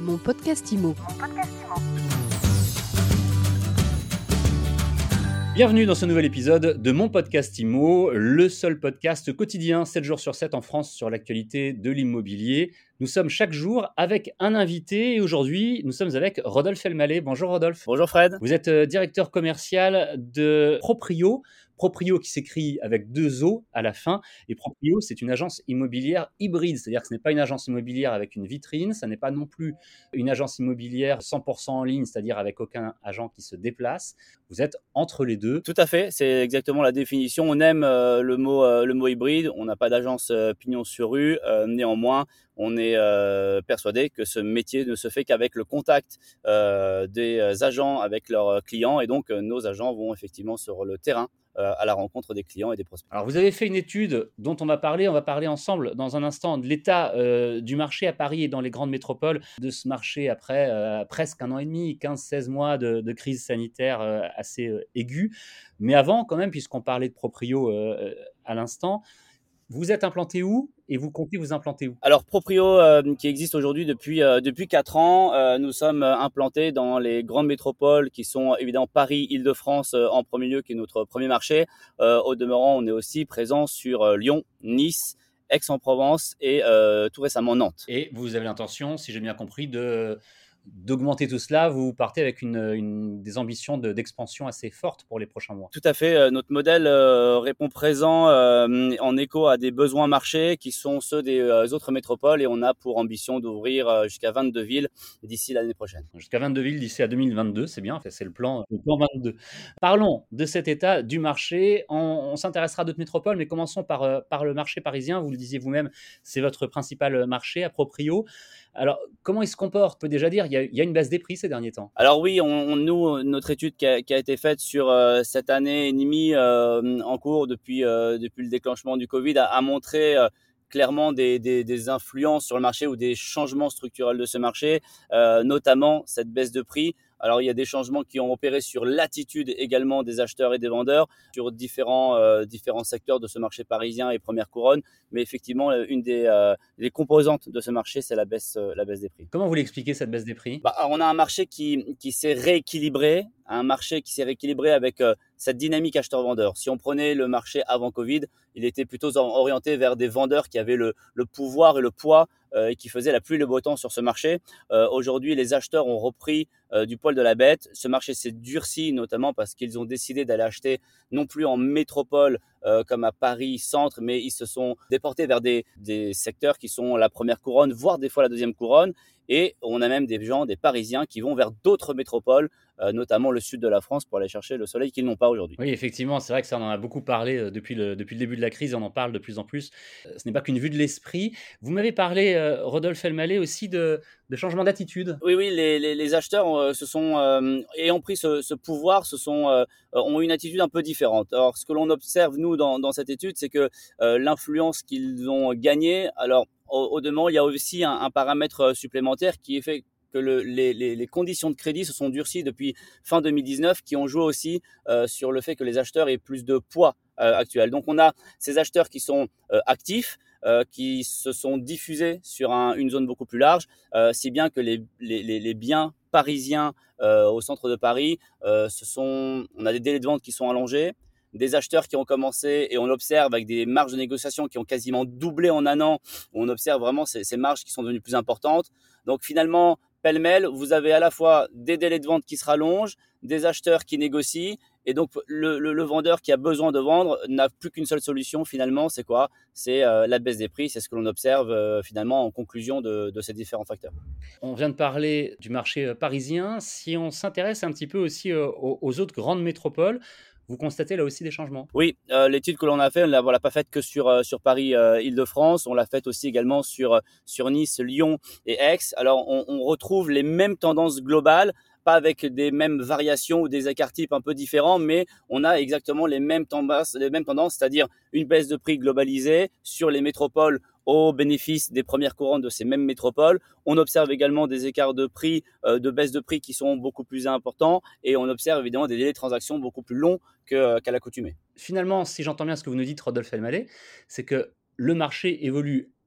Mon podcast IMO. Bienvenue dans ce nouvel épisode de mon podcast IMO, le seul podcast quotidien 7 jours sur 7 en France sur l'actualité de l'immobilier. Nous sommes chaque jour avec un invité et aujourd'hui nous sommes avec Rodolphe Elmaleh. Bonjour Rodolphe. Bonjour Fred. Vous êtes directeur commercial de Proprio. Proprio qui s'écrit avec 2 O à la fin. Et Proprio, c'est une agence immobilière hybride. C'est-à-dire que ce n'est pas une agence immobilière avec une vitrine. Ça n'est pas non plus une agence immobilière 100% en ligne, c'est-à-dire avec aucun agent qui se déplace. Vous êtes entre les deux. Tout à fait, c'est exactement la définition. On aime le mot hybride. On n'a pas d'agence pignon sur rue. Néanmoins, on est persuadé que ce métier ne se fait qu'avec le contact des agents avec leurs clients. Et donc, nos agents vont effectivement sur le terrain à la rencontre des clients et des prospects. Alors, vous avez fait une étude dont on va parler ensemble dans un instant de l'état du marché à Paris et dans les grandes métropoles, de ce marché après presque 1 an et demi, 15-16 mois de crise sanitaire assez aiguë. Mais avant, quand même, puisqu'on parlait de Proprio à l'instant, vous êtes implanté où et vous comptez vous implanter où? Alors Proprio, qui existe aujourd'hui depuis 4 ans, nous sommes implantés dans les grandes métropoles qui sont évidemment Paris, Île-de-France en premier lieu, qui est notre premier marché. Au demeurant, on est aussi présent sur Lyon, Nice, Aix-en-Provence et tout récemment Nantes. Et vous avez l'intention, si j'ai bien compris, d'augmenter tout cela. Vous partez avec des ambitions d'expansion assez fortes pour les prochains mois. Tout à fait. Notre modèle répond présent en écho à des besoins marchés qui sont ceux des autres métropoles et on a pour ambition d'ouvrir jusqu'à 22 villes d'ici l'année prochaine. Jusqu'à 22 villes d'ici à 2022, c'est bien, c'est le plan 22. Parlons de cet état du marché. On s'intéressera à d'autres métropoles, mais commençons par le marché parisien. Vous le disiez vous-même, c'est votre principal marché à Proprio. Alors, comment il se comporte? On peut déjà dire, il y a une baisse des prix ces derniers temps. Alors oui, nous, notre étude qui a été faite sur cette année et demie en cours depuis le déclenchement du Covid a montré clairement des influences sur le marché ou des changements structurels de ce marché, notamment cette baisse de prix. Alors il y a des changements qui ont opéré sur l'attitude également des acheteurs et des vendeurs sur différents secteurs de ce marché parisien et première couronne. Mais effectivement, une des composantes de ce marché, c'est la baisse des prix. Comment vous l'expliquez cette baisse des prix? On a un marché qui s'est rééquilibré, avec cette dynamique acheteur-vendeur. Si on prenait le marché avant Covid, il était plutôt orienté vers des vendeurs qui avaient le pouvoir et le poids et qui faisaient la pluie et le beau temps sur ce marché. Aujourd'hui, les acheteurs ont repris du poil de la bête. Ce marché s'est durci notamment parce qu'ils ont décidé d'aller acheter non plus en métropole comme à Paris centre, mais ils se sont déportés vers des secteurs qui sont la première couronne, voire des fois la deuxième couronne. Et on a même des Parisiens qui vont vers d'autres métropoles, notamment le sud de la France, pour aller chercher le soleil qu'ils n'ont pas aujourd'hui. Oui, effectivement, c'est vrai que ça, on en a beaucoup parlé depuis le début de la crise, on en parle de plus en plus. Ce n'est pas qu'une vue de l'esprit. Vous m'avez parlé, Rodolphe Elmaleh, aussi de changement d'attitude. Oui, les acheteurs ayant pris ce pouvoir, ont une attitude un peu différente. Alors, ce que l'on observe, nous, dans cette étude, c'est que l'influence qu'ils ont gagnée, alors, au demeurant, il y a aussi un paramètre supplémentaire qui est fait que les conditions de crédit se sont durcies depuis fin 2019, qui ont joué aussi sur le fait que les acheteurs aient plus de poids actuel. Donc, on a ces acheteurs qui sont actifs, qui se sont diffusés sur une zone beaucoup plus large, si bien que les biens parisiens au centre de Paris, on a des délais de vente qui sont allongés, des acheteurs qui ont commencé et on observe avec des marges de négociation qui ont quasiment doublé en 1 an, on observe vraiment ces marges qui sont devenues plus importantes. Donc finalement, pêle-mêle, vous avez à la fois des délais de vente qui se rallongent, des acheteurs qui négocient, et donc le vendeur qui a besoin de vendre n'a plus qu'une seule solution finalement, c'est quoi? C'est la baisse des prix, c'est ce que l'on observe finalement en conclusion de ces différents facteurs. On vient de parler du marché parisien. Si on s'intéresse un petit peu aussi aux autres grandes métropoles, vous constatez là aussi des changements? Oui, l'étude que l'on a faite, on l'a pas faite que sur Paris, Île-de-France, on l'a faite aussi également sur Nice, Lyon et Aix. Alors on retrouve les mêmes tendances globales, pas avec des mêmes variations ou des écarts types un peu différents, mais on a exactement les mêmes tendances, c'est-à-dire une baisse de prix globalisée sur les métropoles au bénéfice des premières couronnes de ces mêmes métropoles. On observe également des écarts de prix, de baisse de prix qui sont beaucoup plus importants et on observe évidemment des délais de transaction beaucoup plus longs qu'à l'accoutumée. Finalement, si j'entends bien ce que vous nous dites, Rodolphe Elmaleh, c'est que le marché évolue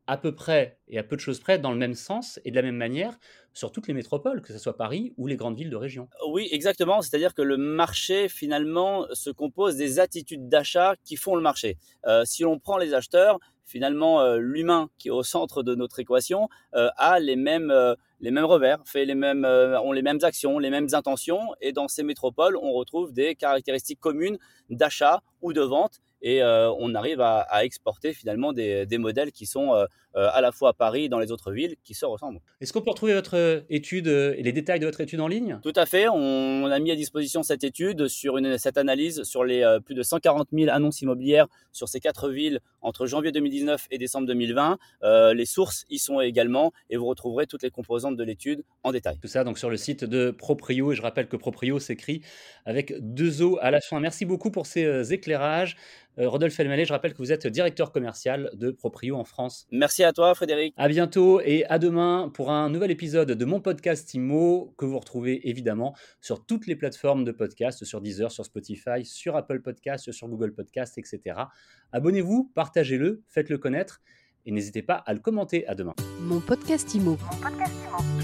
à peu près et à peu de choses près dans le même sens et de la même manière sur toutes les métropoles, que ce soit Paris ou les grandes villes de région. Oui, exactement. C'est-à-dire que le marché, finalement, se compose des attitudes d'achat qui font le marché. Si l'on prend les acheteurs, finalement, l'humain qui est au centre de notre équation a les mêmes revers, ont les mêmes actions, les mêmes intentions. Et dans ces métropoles, on retrouve des caractéristiques communes d'achat ou de vente. Et on arrive à exporter finalement des modèles qui sont à la fois à Paris et dans les autres villes qui se ressemblent. Est-ce qu'on peut retrouver votre étude et les détails de votre étude en ligne? Tout à fait. On a mis à disposition cette étude cette analyse sur les plus de 140 000 annonces immobilières sur ces 4 villes entre janvier 2019 et décembre 2020. Les sources y sont également et vous retrouverez toutes les composantes de l'étude en détail. Tout ça donc sur le site de Proprio, et je rappelle que Proprio s'écrit avec 2 O à la fin. Merci beaucoup pour ces éclairages. Rodolphe Elmaleh, je rappelle que vous êtes directeur commercial de Proprio en France. Merci à toi, Frédéric. À bientôt et à demain pour un nouvel épisode de mon podcast IMO que vous retrouvez évidemment sur toutes les plateformes de podcast, sur Deezer, sur Spotify, sur Apple Podcast, sur Google Podcast, etc. Abonnez-vous, partagez-le, faites-le connaître et n'hésitez pas à le commenter. À demain. Mon podcast IMO.